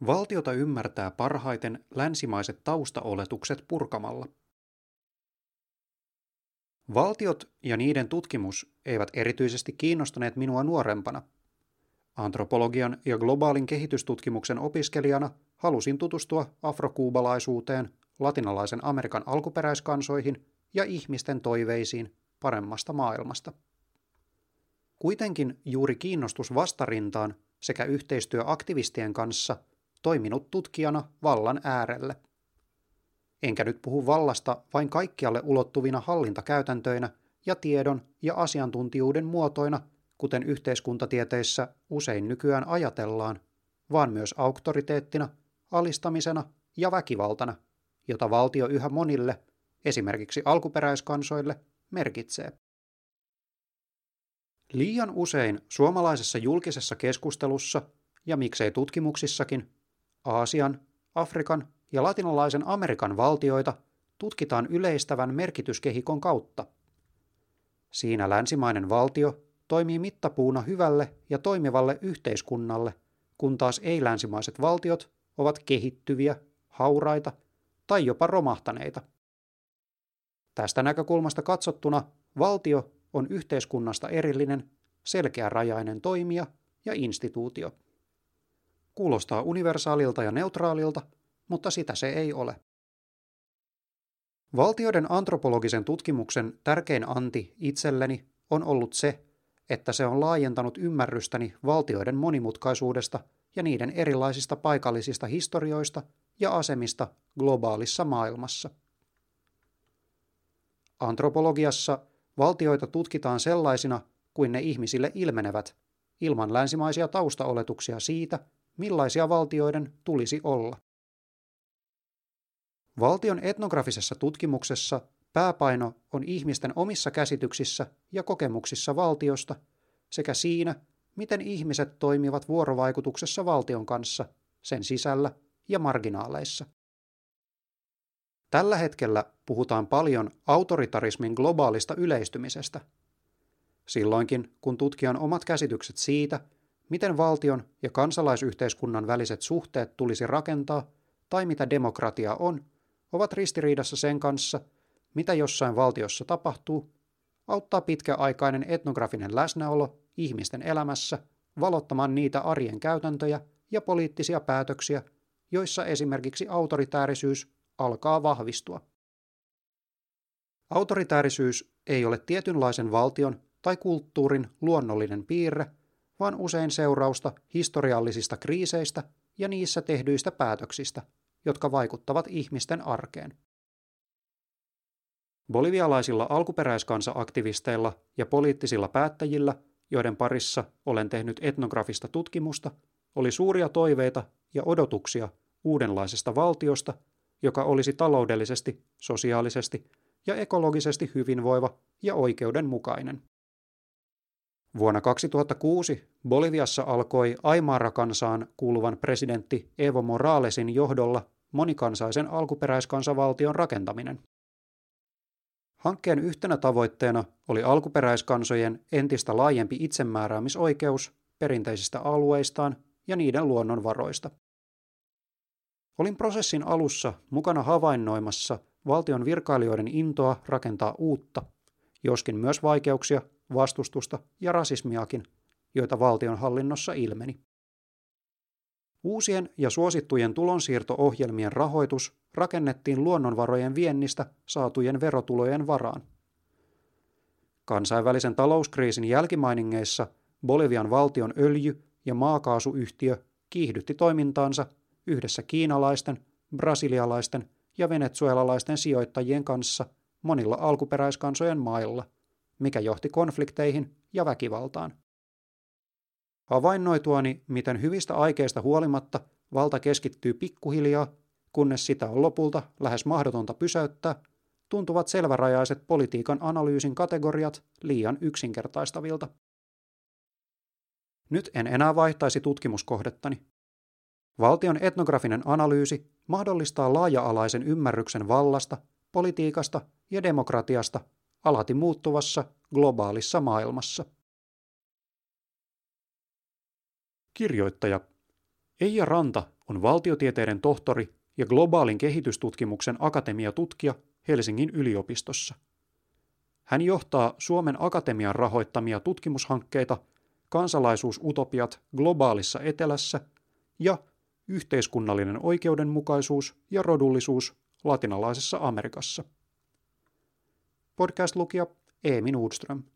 Valtiota ymmärtää parhaiten länsimaiset taustaoletukset purkamalla. Valtiot ja niiden tutkimus eivät erityisesti kiinnostaneet minua nuorempana. Antropologian ja globaalin kehitystutkimuksen opiskelijana halusin tutustua afrokuubalaisuuteen, latinalaisen Amerikan alkuperäiskansoihin ja ihmisten toiveisiin paremmasta maailmasta. Kuitenkin juuri kiinnostus vastarintaan sekä yhteistyö aktivistien kanssa toi minut tutkijana vallan äärelle. Enkä nyt puhu vallasta vain kaikkialle ulottuvina hallintakäytäntöinä ja tiedon ja asiantuntijuuden muotoina, kuten yhteiskuntatieteissä usein nykyään ajatellaan, vaan myös auktoriteettina, alistamisena ja väkivaltana, jota valtio yhä monille, esimerkiksi alkuperäiskansoille, merkitsee. Liian usein suomalaisessa julkisessa keskustelussa, ja miksei tutkimuksissakin, Aasian, Afrikan ja latinalaisen Amerikan valtioita tutkitaan yleistävän merkityskehikon kautta. Siinä länsimainen valtio toimii mittapuuna hyvälle ja toimivalle yhteiskunnalle, kun taas ei-länsimaiset valtiot ovat kehittyviä, hauraita tai jopa romahtaneita. Tästä näkökulmasta katsottuna valtio on yhteiskunnasta erillinen, selkeärajainen toimija ja instituutio. Kuulostaa universaalilta ja neutraalilta, mutta sitä se ei ole. Valtioiden antropologisen tutkimuksen tärkein anti itselleni on ollut se, että se on laajentanut ymmärrystäni valtioiden monimutkaisuudesta ja niiden erilaisista paikallisista historioista ja asemista globaalissa maailmassa. Antropologiassa valtioita tutkitaan sellaisina kuin ne ihmisille ilmenevät, ilman länsimaisia taustaoletuksia siitä, millaisia valtioiden tulisi olla. Valtion etnografisessa tutkimuksessa pääpaino on ihmisten omissa käsityksissä ja kokemuksissa valtiosta sekä siinä, miten ihmiset toimivat vuorovaikutuksessa valtion kanssa, sen sisällä ja marginaaleissa. Tällä hetkellä puhutaan paljon autoritarismin globaalista yleistymisestä. Silloinkin, kun tutkijan omat käsitykset siitä, miten valtion ja kansalaisyhteiskunnan väliset suhteet tulisi rakentaa tai mitä demokratia on, ovat ristiriidassa sen kanssa, mitä jossain valtiossa tapahtuu, auttaa pitkäaikainen etnografinen läsnäolo ihmisten elämässä valottamaan niitä arjen käytäntöjä ja poliittisia päätöksiä, joissa esimerkiksi autoritäärisyys alkaa vahvistua. Autoritäärisyys ei ole tietynlaisen valtion tai kulttuurin luonnollinen piirre, vaan usein seurausta historiallisista kriiseistä ja niissä tehdyistä päätöksistä, jotka vaikuttavat ihmisten arkeen. Bolivialaisilla alkuperäiskansa-aktivisteilla ja poliittisilla päättäjillä, joiden parissa olen tehnyt etnografista tutkimusta, oli suuria toiveita ja odotuksia uudenlaisesta valtiosta, joka olisi taloudellisesti, sosiaalisesti ja ekologisesti hyvinvoiva ja oikeudenmukainen. Vuonna 2006 Boliviassa alkoi Aymara-kansaan kuuluvan presidentti Evo Moralesin johdolla monikansaisen alkuperäiskansavaltion rakentaminen. Hankkeen yhtenä tavoitteena oli alkuperäiskansojen entistä laajempi itsemääräämisoikeus perinteisistä alueistaan ja niiden luonnonvaroista. Olin prosessin alussa mukana havainnoimassa valtion virkailijoiden intoa rakentaa uutta, joskin myös vaikeuksia, vastustusta ja rasismiakin, joita valtionhallinnossa ilmeni. Uusien ja suosittujen tulonsiirto-ohjelmien rahoitus rakennettiin luonnonvarojen viennistä saatujen verotulojen varaan. Kansainvälisen talouskriisin jälkimainingeissa Bolivian valtion öljy- ja maakaasuyhtiö kiihdytti toimintaansa yhdessä kiinalaisten, brasilialaisten ja venezuelalaisten sijoittajien kanssa monilla alkuperäiskansojen mailla, mikä johti konflikteihin ja väkivaltaan. Havainnoituani, miten hyvistä aikeista huolimatta valta keskittyy pikkuhiljaa, kunnes sitä on lopulta lähes mahdotonta pysäyttää, tuntuvat selvärajaiset politiikan analyysin kategoriat liian yksinkertaistavilta. Nyt en enää vaihtaisi tutkimuskohdettani. Valtion etnografinen analyysi mahdollistaa laaja-alaisen ymmärryksen vallasta, politiikasta ja demokratiasta alati muuttuvassa globaalissa maailmassa. Kirjoittaja Eija Ranta on valtiotieteiden tohtori ja globaalin kehitystutkimuksen akatemiatutkija Helsingin yliopistossa. Hän johtaa Suomen Akatemian rahoittamia tutkimushankkeita Kansalaisuusutopiat globaalissa etelässä ja Yhteiskunnallinen oikeudenmukaisuus ja rodullisuus latinalaisessa Amerikassa. Podcast-lukija Eemi Nordström.